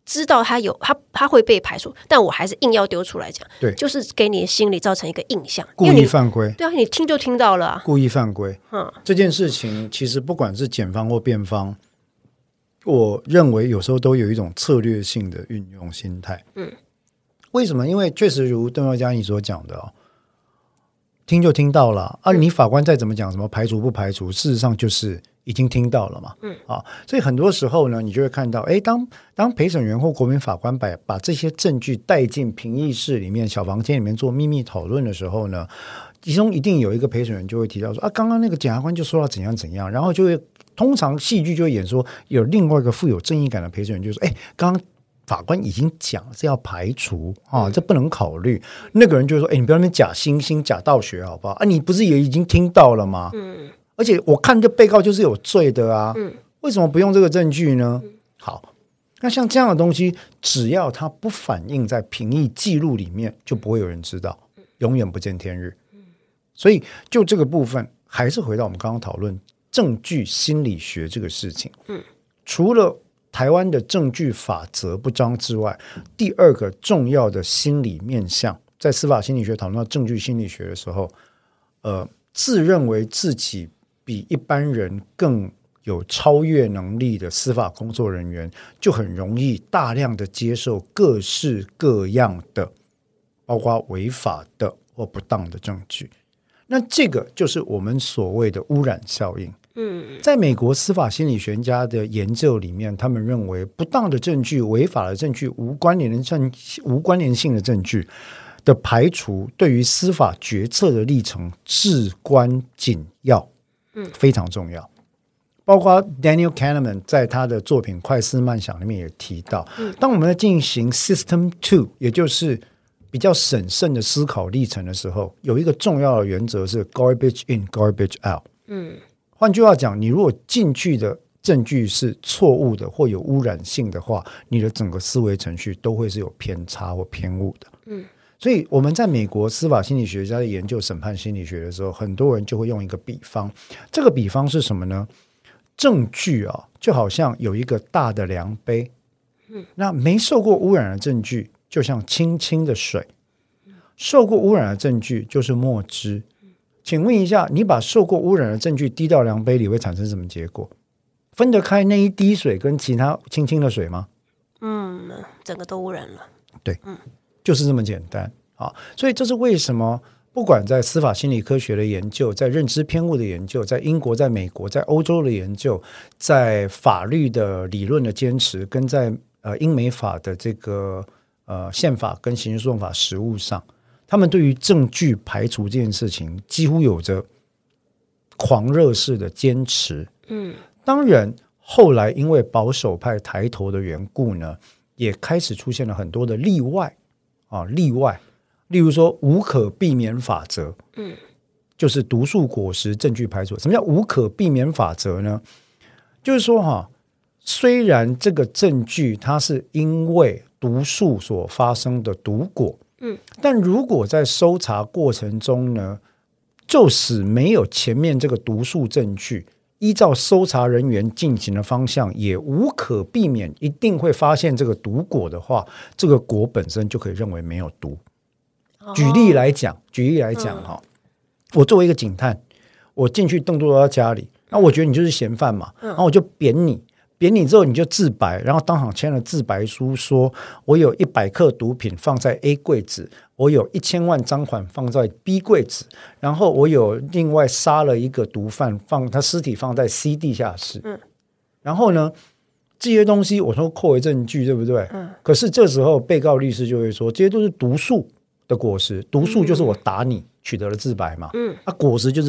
知道他会被排除，但我还是硬要丢出来讲， 对， 就是给你的心里造成一个印象， 故意犯规。 对啊，你听就听到了啊， 故意犯规。这件事情其实不管是检方或辩方，我认为有时候都有一种策略性的运用心态。为什么？因为确实如邓若佳你所讲的哦，听就听到了啊，你法官再怎么讲什么排除不排除，事实上就是已经听到了嘛。所以很多时候呢，你就会看到，当陪审员或国民法官把这些证据带进评议室里面小房间里面做秘密讨论的时候呢，其中一定有一个陪审员就会提到说刚刚那个检察官就说到怎样怎样，然后就会通常戏剧就会演说有另外一个富有正义感的陪审员就说刚刚法官已经讲是要排除这不能考虑。那个人就说你不要那边假惺惺假道学好不好你不是也已经听到了吗？而且我看这被告就是有罪的啊，为什么不用这个证据呢？好，那像这样的东西只要它不反映在评议记录里面就不会有人知道，永远不见天日。所以就这个部分还是回到我们刚刚讨论证据心理学这个事情。除了台湾的证据法则不彰之外，第二个重要的心理面向，在司法心理学讨论到证据心理学的时候，自认为自己比一般人更有超越能力的司法工作人员，就很容易大量的接受各式各样的包括违法的或不当的证据。那这个就是我们所谓的污染效应。在美国司法心理学家的研究里面，他们认为不当的证据、违法的证据、无关联性的证据的排除对于司法决策的历程至关紧要，非常重要。包括 Daniel Kahneman 在他的作品《快思慢想》里面也提到，当我们在进行 System 2， 也就是比较审慎的思考历程的时候，有一个重要的原则是 garbage in, garbage out。换句话讲，你如果进去的证据是错误的或有污染性的话，你的整个思维程序都会是有偏差或偏误的。所以我们在美国司法心理学家在研究审判心理学的时候，很多人就会用一个比方，这个比方是什么呢？证据就好像有一个大的量杯，那没受过污染的证据就像清清的水，受过污染的证据就是墨汁。请问一下，你把受过污染的证据滴到量杯里会产生什么结果？分得开那一滴水跟其他清清的水吗？ 整个都污染了。 对，就是这么简单。所以这是为什么不管在司法心理科学的研究，在认知偏误的研究，在英国、在美国、在欧洲的研究，在法律的理论的坚持，跟在英美法的这个宪法跟刑事诉讼法实务上，他们对于证据排除这件事情几乎有着狂热式的坚持。当然后来因为保守派抬头的缘故呢，也开始出现了很多的例外。例如说无可避免法则，就是毒树果实证据排除。什么叫无可避免法则呢？就是说虽然这个证据它是因为毒树所发生的毒果，但如果在搜查过程中呢，就使没有前面这个毒树证据，依照搜查人员进行的方向，也无可避免一定会发现这个毒果的话，这个果本身就可以认为没有毒。举例来讲我作为一个警探，我进去邓多多家里，那我觉得你就是嫌犯嘛，然后我就扁你之后你就自白，然后当场签了自白书，说我有100克毒品放在 A 柜子，我有1000万赃款放在 B 柜子，然后我有另外杀了一个毒贩，他尸体放在 C 地下室。然后呢，这些东西我说扣为证据，对不对？可是这时候被告律师就会说，这些都是毒树的果实，毒树就是我打你取得了自白嘛，果实就是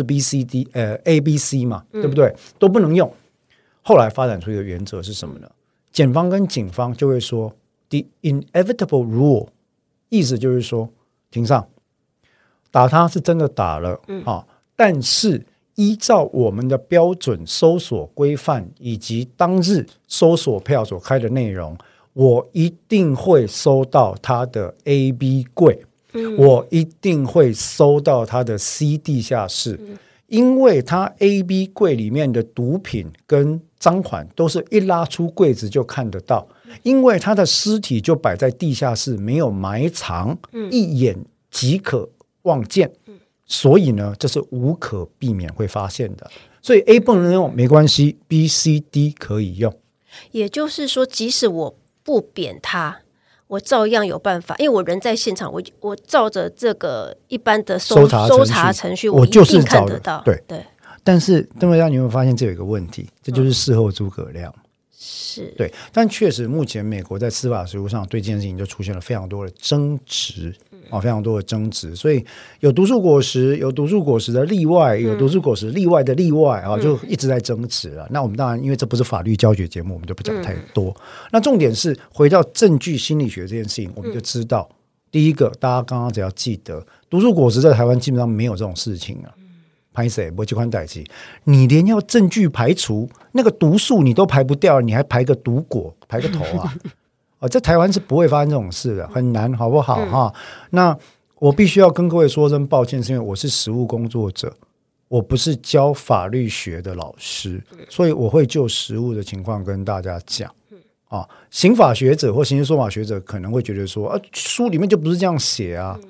A、B、C 嘛，对不对？都不能用。后来发展出一个原则是什么呢？检方跟警方就会说 The inevitable rule， 意思就是说庭上打他是真的打了，但是依照我们的标准搜索规范以及当日搜索票所开的内容，我一定会搜到他的 A、B 柜，我一定会搜到他的 C 地下室，因为他 A、B 柜里面的毒品跟赃款都是一拉出柜子就看得到，因为他的尸体就摆在地下室，没有埋藏，一眼即可望见，所以呢这是无可避免会发现的。所以 A 不能用没关系， B、C、D 可以用。 也就是说即使我不扁他，我照样有办法，因为我人在现场，我照着这个一般的搜查程序，我一定看得到。 对。但是邓伟嘉，你有没有发现这有一个问题？这就是事后诸葛亮。 是对，但确实目前美国在司法实务上对这件事情就出现了非常多的争执，非常多的争执。所以有毒素果实，有毒素果实的例外，有毒素果实例外的例外就一直在争执了。那我们当然因为这不是法律教学节目，我们就不讲太多。那重点是回到证据心理学这件事情，我们就知道，第一个，大家刚刚只要记得，毒素果实在台湾基本上没有这种事情啊。拍谁不这款代志，你连要证据排除那个毒素你都排不掉，你还排个毒果，排个头啊！在台湾是不会发生这种事的，很难，好不好哈？那我必须要跟各位说声抱歉，是因为我是实务工作者，我不是教法律学的老师，所以我会就实务的情况跟大家讲。刑法学者或刑事说法学者可能会觉得说，书里面就不是这样写啊。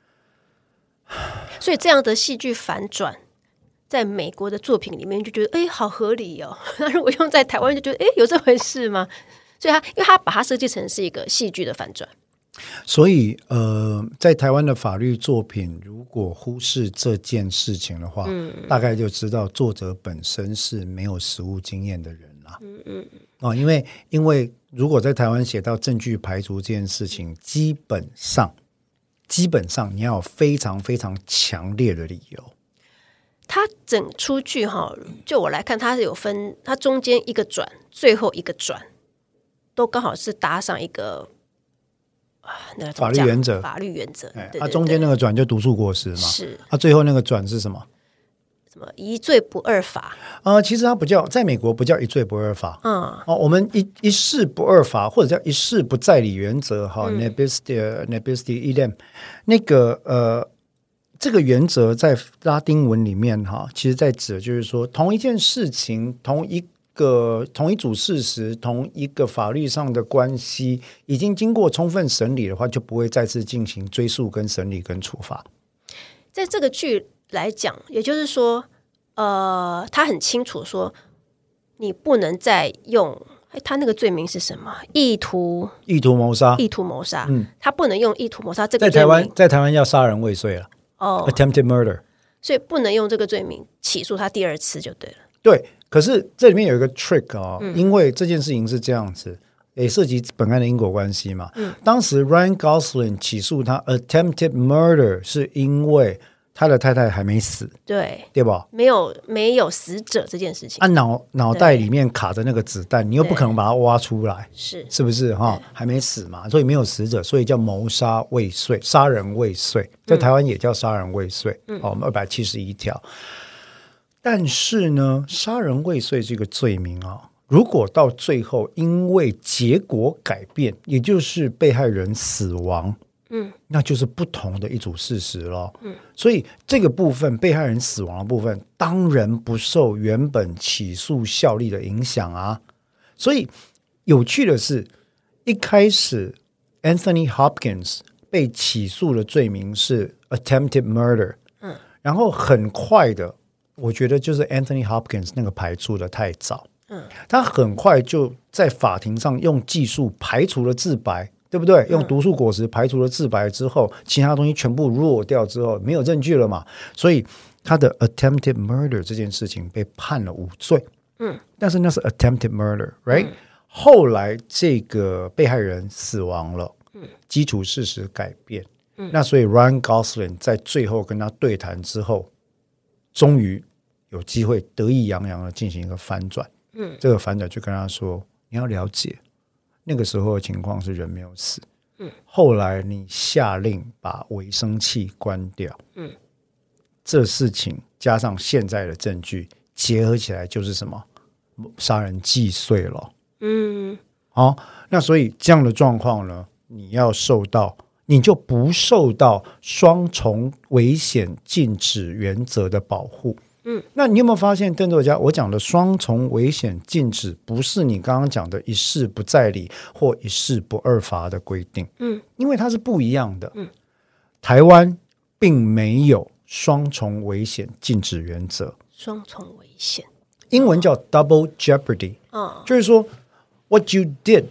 所以这样的戏剧反转在美国的作品里面就觉得好合理哦，那如果用在台湾就觉得有这回事吗？所以因为他把它设计成是一个戏剧的反转， 所以在台湾的法律作品如果忽视这件事情的话，大概就知道作者本身是没有实务经验的人啦。因为如果在台湾写到证据排除这件事情，基本上你要有非常非常强烈的理由。 它整出剧就我来看，它是有分，它中间一个转，最后一个转，都刚好是搭上一个法律原则。 它中间那个转就毒素果实嘛， 是。 最后那个转是什么？ 什么一罪不二法？ 其实它不叫，在美国不叫一罪不二法。我们一事不二法，或者叫一事不再理原则。nebis idem， 那个这个原则在拉丁文里面其实在指的就是说，同一件事情，同一组事实，同一个法律上的关系，已经经过充分审理的话，就不会再次进行追诉、跟审理、跟处罚。 在这个剧来讲，也就是说，他很清楚说，你不能再用他那个罪名是什么？意图谋杀。他不能用意图谋杀这个罪名， 在台湾要杀人未遂了。attempted murder， 所以不能用这个罪名起诉他第二次就对了。 对，可是这里面有一个 trick 因为这件事情是这样子，也涉及本案的因果关系嘛。当时 Ryan Gosling 起诉他 attempted murder 是因为他的太太还没死，对吧？ 没有死者这件事情， 脑袋里面卡着那个子弹，你又不可能把它挖出来，是不是还没死嘛，所以没有死者，所以叫谋杀未遂，杀人未遂，在台湾也叫杀人未遂。我们271条。但是呢，杀人未遂这个罪名如果到最后因为结果改变，也就是被害人死亡，那就是不同的一组事实了。所以这个部分被害人死亡的部分当然不受原本起诉效力的影响啊。所以有趣的是，一开始 Anthony Hopkins 被起诉的罪名是 attempted murder，然后很快的，我觉得就是 Anthony Hopkins 那个排除的太早，他很快就在法庭上用技术排除了自白，对不对？用毒素果实排除了自白之后，其他东西全部弱掉之后，没有证据了嘛，所以他的 attempted murder 这件事情被判了无罪。但是那是 attempted murder， right？后来这个被害人死亡了，基础事实改变，那所以 Ryan Gosling 在最后跟他对谈之后，终于有机会得意洋洋的进行一个反转。这个反转就跟他说，你要了解那个时候的情况是人没有死，后来你下令把维生器关掉，这事情加上现在的证据结合起来就是什么？杀人既遂了。那所以这样的状况呢，你就不受到双重危险禁止原则的保护。 那你有没有发现邓作家我讲的双重危险禁止不是你刚刚讲的一事不再理或一事不二罚的规定？因为它是不一样的。台湾并没有双重危险禁止原则。 双重危险英文叫 double jeopardy，就是说 what you did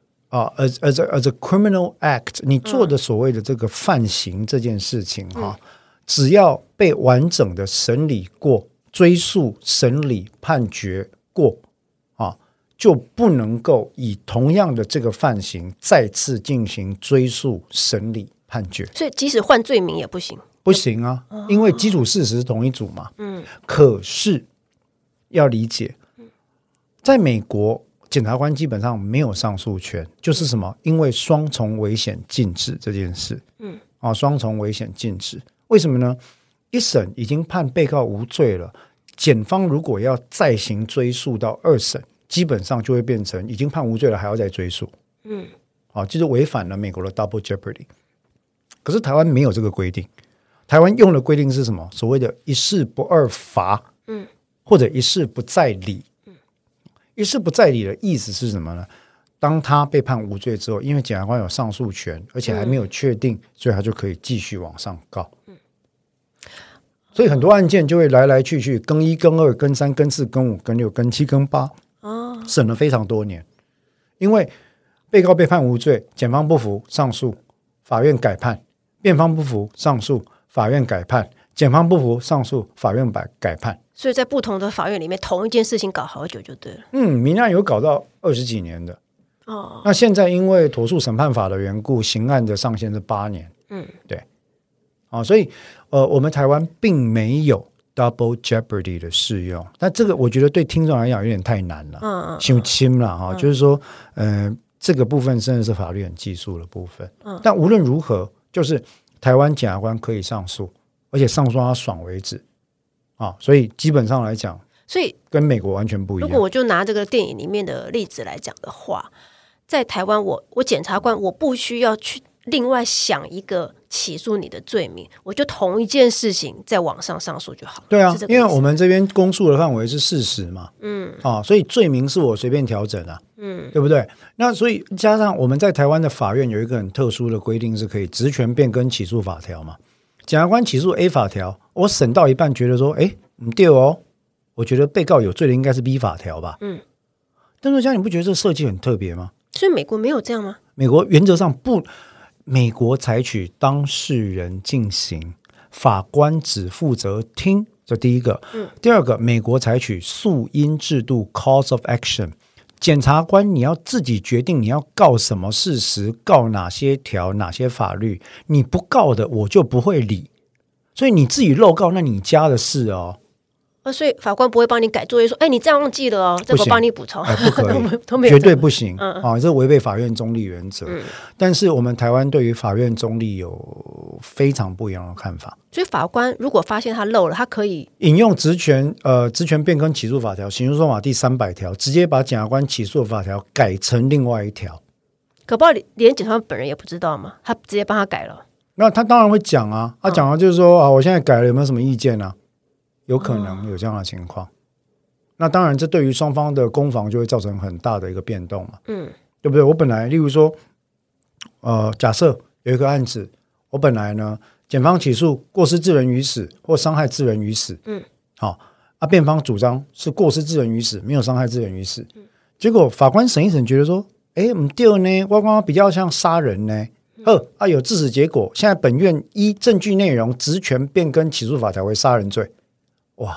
as a criminal act， 你做的所谓的这个犯行这件事情只要被完整的审理过、追诉审理判决过就不能够以同样的这个犯行再次进行追诉审理判决。 所以即使换罪名也不行？ 不行啊，因为基础事实是同一组嘛。可是要理解，在美国检察官基本上没有上诉权，就是什么？因为双重危险禁止这件事。双重危险禁止，为什么呢？一审已经判被告无罪了，检方如果要再行追诉到二审，基本上就会变成已经判无罪了还要再追诉。就是违反了美国的 double jeopardy。可是台湾没有这个规定，台湾用的规定是什么？所谓的一事不二罚，或者一事不再理。一事不再理的意思是什么呢？当他被判无罪之后，因为检察官有上诉权，而且还没有确定，所以他就可以继续往上告。所以很多案件就会来来去去，更一、更二、更三、更四、更五、更六、更七、更八，审了非常多年。因为被告被判无罪，检方不服上诉，法院改判；辩方不服上诉，法院改判；检方不服上诉，法院改判。 所以在不同的法院里面，同一件事情搞好久就对了。 民案有搞到20几年的。那现在因为妥诉审判法的缘故，刑案的上限是8年。对。所以我们台湾并没有 double jeopardy 的适用，但这个我觉得对听众来讲有点太难了，太轻了就是说这个部分真的是法律很技术的部分。但无论如何，就是台湾检察官可以上诉，而且上诉到他爽为止所以基本上来讲， 所以跟美国完全不一样。 如果我就拿这个电影里面的例子来讲的话，在台湾我检察官我不需要去另外想一个起诉你的罪名，我就同一件事情在网上上诉就好。 对啊，因为我们这边公诉的范围是事实嘛，所以罪名是我随便调整啊，对不对？那所以加上我们在台湾的法院有一个很特殊的规定，是可以职权变更起诉法条嘛。检察官起诉 A 法条，我审到一半觉得说，不对哦，我觉得被告有罪的应该是 B 法条吧。邓作家，你不觉得这设计很特别吗？ 所以美国没有这样吗？ 美国原则上不。美国采取当事人进行，法官只负责听，这第一个。第二个，美国采取诉因制度 cause of action， 检察官你要自己决定你要告什么事实，告哪些条哪些法律，你不告的我就不会理，所以你自己漏告那你家的事哦。 所以法官不会帮你改作业说你这样忘记了哦，这个帮你补充， 不可以绝对不行这违背法院中立原则。但是我们台湾对于法院中立有非常不一样的看法， 所以法官如果发现他漏了，他可以引用职权变更起诉法条刑诉诉讼法第300条，直接把检察官起诉的法条改成另外一条。 可不好连检察官本人也不知道吗？他直接帮他改了。 那他当然会讲啊，他讲的就是说我现在改了，有没有什么意见啊？有可能有这样的情况。那当然这对于双方的攻防就会造成很大的一个变动嘛，对不对？我本来例如说假设有一个案子，我本来呢检方起诉过失致人于死或伤害致人于死，辩方主张是过失致人于死，没有伤害致人于死，结果法官审一审觉得说不对呢，我刚刚比较像杀人呢，有致死结果，现在本院依证据内容职权变更起诉法条为杀人罪。哇，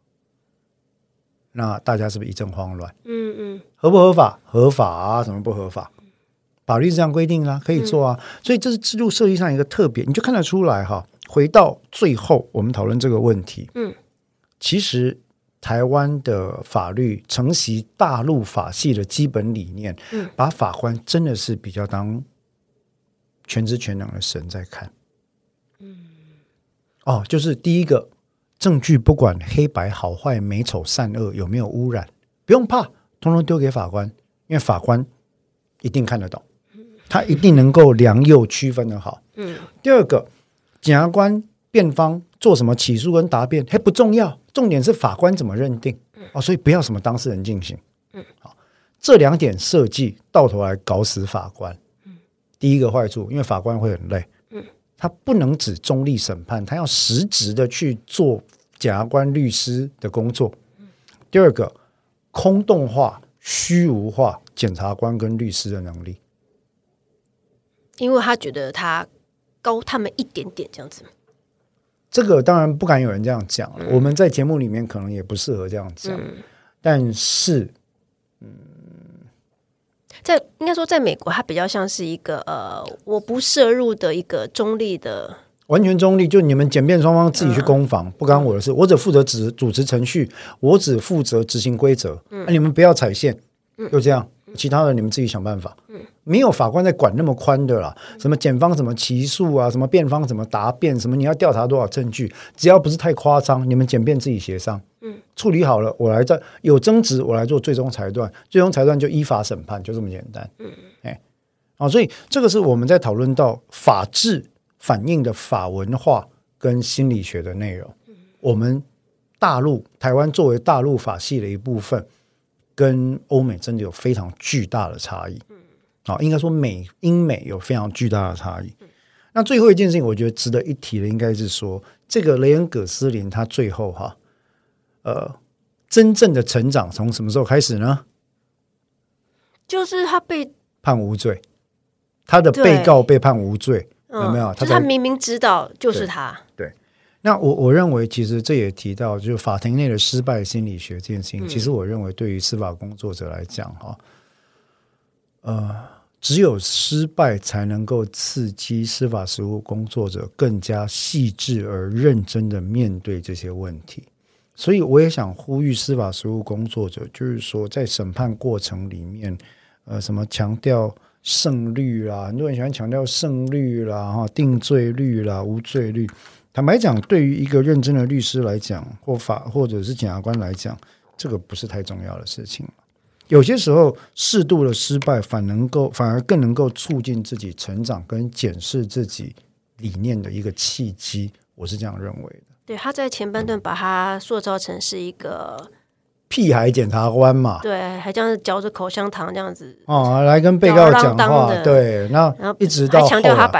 那大家是不是一阵慌乱？合不合法？合法啊，怎么不合法？法律是这样规定啦，可以做啊。所以这是制度设计上一个特别，你就看得出来哈。回到最后我们讨论这个问题，其实台湾的法律承袭大陆法系的基本理念，把法官真的是比较当全知全能的神在看。就是第一个，证据不管黑白好坏美丑善恶有没有污染，不用怕，通通丢给法官，因为法官一定看得懂，他一定能够良莠区分得好。第二个，检察官辩方做什么起诉跟答辩不重要， 重点是法官怎么认定。所以不要什么当事人进行。好，这2点设计到头来搞死法官。第一个坏处，因为法官会很累。他不能只中立审判，他要实质的去做检察官、律师的工作。第二个，空洞化、虚无化检察官跟律师的能力， 因为他觉得他高他们一点点这样子。 这个当然不敢有人这样讲，我们在节目里面可能也不适合这样讲。但是应该说在美国它比较像是一个我不涉入的一个中立的， 完全中立，就你们检辩双方自己去攻防，不干我的事，我只负责主持程序，我只负责执行规则，你们不要踩线，就这样，其他的你们自己想办法。没有法官在管那么宽的啦，什么检方怎么起诉啊，什么辩方怎么答辩，什么你要调查多少证据，只要不是太夸张，你们检辩自己协商。处理好了，我来有争执，我来做最终裁断，最终裁断就依法审判，就这么简单。所以这个是我们在讨论到法治反映的法文化跟心理学的内容。我们台湾作为大陆法系的一部分，跟欧美真的有非常巨大的差异。应该说英美有非常巨大的差异。那最后一件事情我觉得值得一提的应该是说，这个雷恩·葛斯林他最后真正的成长从什么时候开始呢？ 就是他被判无罪，他的被告被判无罪，有没有？ 他明明知道就是他。 对，那我认为其实这也提到就是法庭内的失败心理学这件事情。其实我认为对于司法工作者来讲只有失败才能够刺激司法实务工作者更加细致而认真的面对这些问题。所以我也想呼吁司法实务工作者，就是说在审判过程里面什么强调胜率啦，很多人喜欢强调胜率啦、定罪率啦、无罪率。坦白讲，对于一个认真的律师来讲，或者是检察官来讲，这个不是太重要的事情。有些时候适度的失败反而更能够促进自己成长跟检视自己理念的一个契机，我是这样认为的。 对，他在前半段把他塑造成是一个屁孩检察官嘛， 对，还这样子嚼着口香糖这样子来跟被告讲话，对，然后一直到还强调他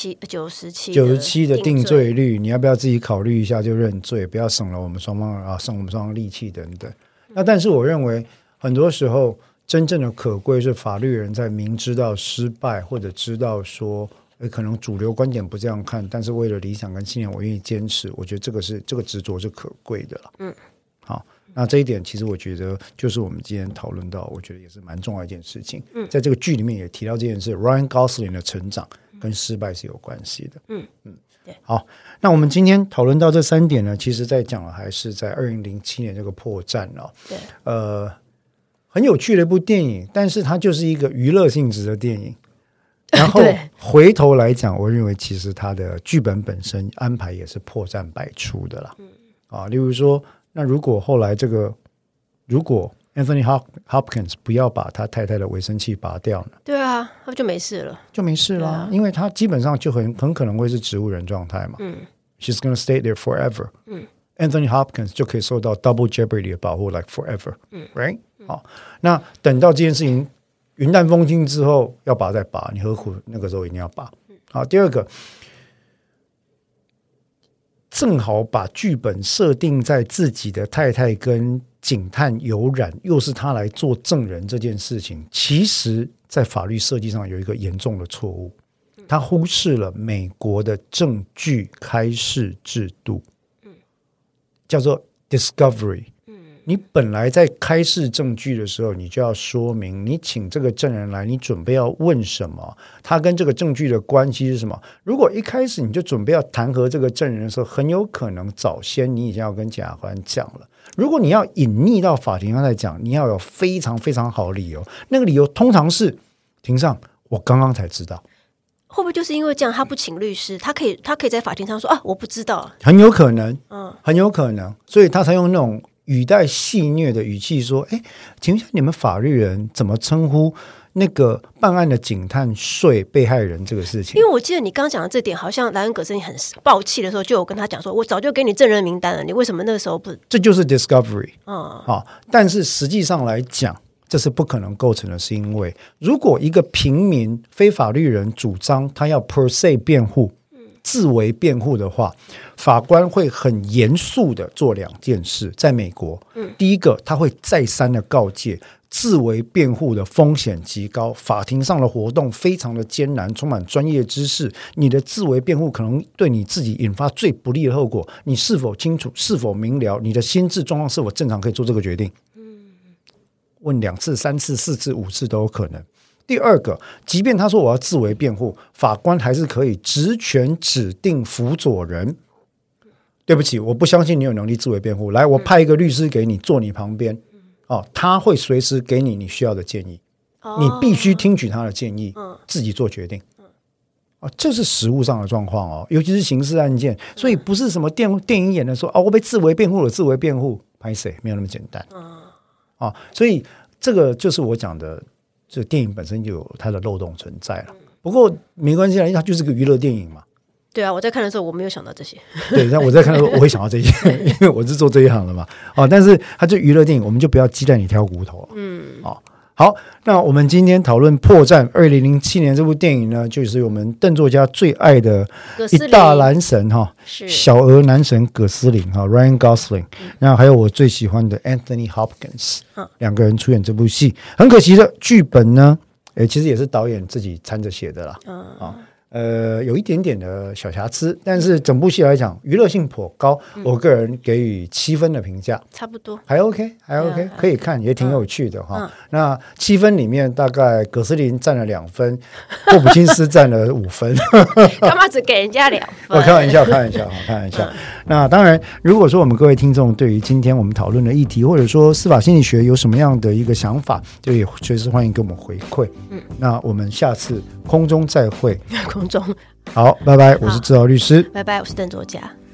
97% 的定罪率，你要不要自己考虑一下就认罪，不要省了我们双方力气等等。那但是我认为很多时候真正的可贵是法律人在明知道失败，或者知道说可能主流观点不这样看，但是为了理想跟信念我愿意坚持，我觉得这个执着是可贵的了。好，那这一点其实我觉得就是我们今天讨论到我觉得也是蛮重要一件事情。在这个剧里面也提到这件事， Ryan Gosling 的成长跟失败是有关系的。好，那我们今天讨论到这3点呢，其实在讲的还是在2007年这个破绽对， 很有趣的一部电影，但是它就是一个娱乐性质的电影。然后回头来讲，我认为其实它的剧本本身安排也是破绽百出的啦。例如说，那如果后来如果 Anthony Hopkins 不要把他太太的维生器拔掉呢？ 对啊，他就没事了， 因为他基本上就很可能会是植物人状态嘛。She's gonna stay there forever。Anthony Hopkins 就可以受到 Double Jeopardy 的保护 like forever。Right？ 好，那等到这件事情云淡风轻之后要拔再拔，你何苦那个时候一定要拔？好，第二个，正好把剧本设定在自己的太太跟警探有染，又是他来做证人这件事情，其实在法律设计上有一个严重的错误，他忽视了美国的证据开示制度，叫做 discovery。你本来在开示证据的时候，你就要说明你请这个证人来，你准备要问什么，他跟这个证据的关系是什么。如果一开始你就准备要弹劾这个证人的时候，很有可能早先你已经要跟检察官讲了。如果你要隐匿到法庭上再讲，你要有非常非常好的理由，那个理由通常是庭上我刚刚才知道。 会不会就是因为这样他不请律师，他可以在法庭上说我不知道， 很有可能，很有可能，所以他才用那种语带戏谑的语气说，请问一下你们法律人怎么称呼那个办案的警探睡被害人这个事情。 因为我记得你刚讲的这点，好像莱恩·葛斯林很爆气的时候，就有跟他讲说，我早就给你证人名单了，你为什么那个时候不？ 这就是 discovery。但是实际上来讲，这是不可能构成的，是因为如果一个平民非法律人主张他要 per se 辩护，自为辩护的话，法官会很严肃的做2件事。在美国，第一个，他会再三的告诫，自为辩护的风险极高，法庭上的活动非常的艰难，充满专业知识，你的自为辩护可能对你自己引发最不利的后果，你是否清楚，是否明了，你的心智状况是否正常，可以做这个决定。问2次、3次、4次、5次都有可能。第二个，即便他说我要自为辩护，法官还是可以职权指定辅佐人。对不起，我不相信你有能力自为辩护，来，我派一个律师给你坐你旁边，他会随时给你需要的建议，你必须听取他的建议，自己做决定。这是实务上的状况尤其是刑事案件，所以不是什么电影演的说我被自为辩护了，自为辩护拍谁，没有那么简单。所以这个就是我讲的，这电影本身就有它的漏洞存在了。不过没关系啦，因为它就是个娱乐电影嘛。对啊，我在看的时候我没有想到这些。 对，但我在看的时候我会想到这些，因为我是做这一行的嘛。但是它就娱乐电影，我们就不要鸡蛋里挑骨头了。好，那我们今天讨论《破绽》2007年这部电影呢，就是我们邓作家最爱的一大男神小额男神葛斯林Ryan Gosling，然后还有我最喜欢的 Anthony Hopkins，两个人出演这部戏。很可惜的，剧本呢，其实也是导演自己掺着写的啦。有一点点的小瑕疵，但是整部戏来讲娱乐性颇高，我个人给予7分的评价， 差不多还 OK， 可以看，也挺有趣的那7分里面大概葛斯林占了2分，霍普金斯占了5分。 干嘛只给人家2分？ 我开玩笑。那当然，如果说我们各位听众对于今天我们讨论的议题，或者说司法心理学有什么样的一个想法，就也随时欢迎给我们回馈。那我们下次空中再会。 空中好，拜拜，我是志豪律师。 拜拜，我是邓作家。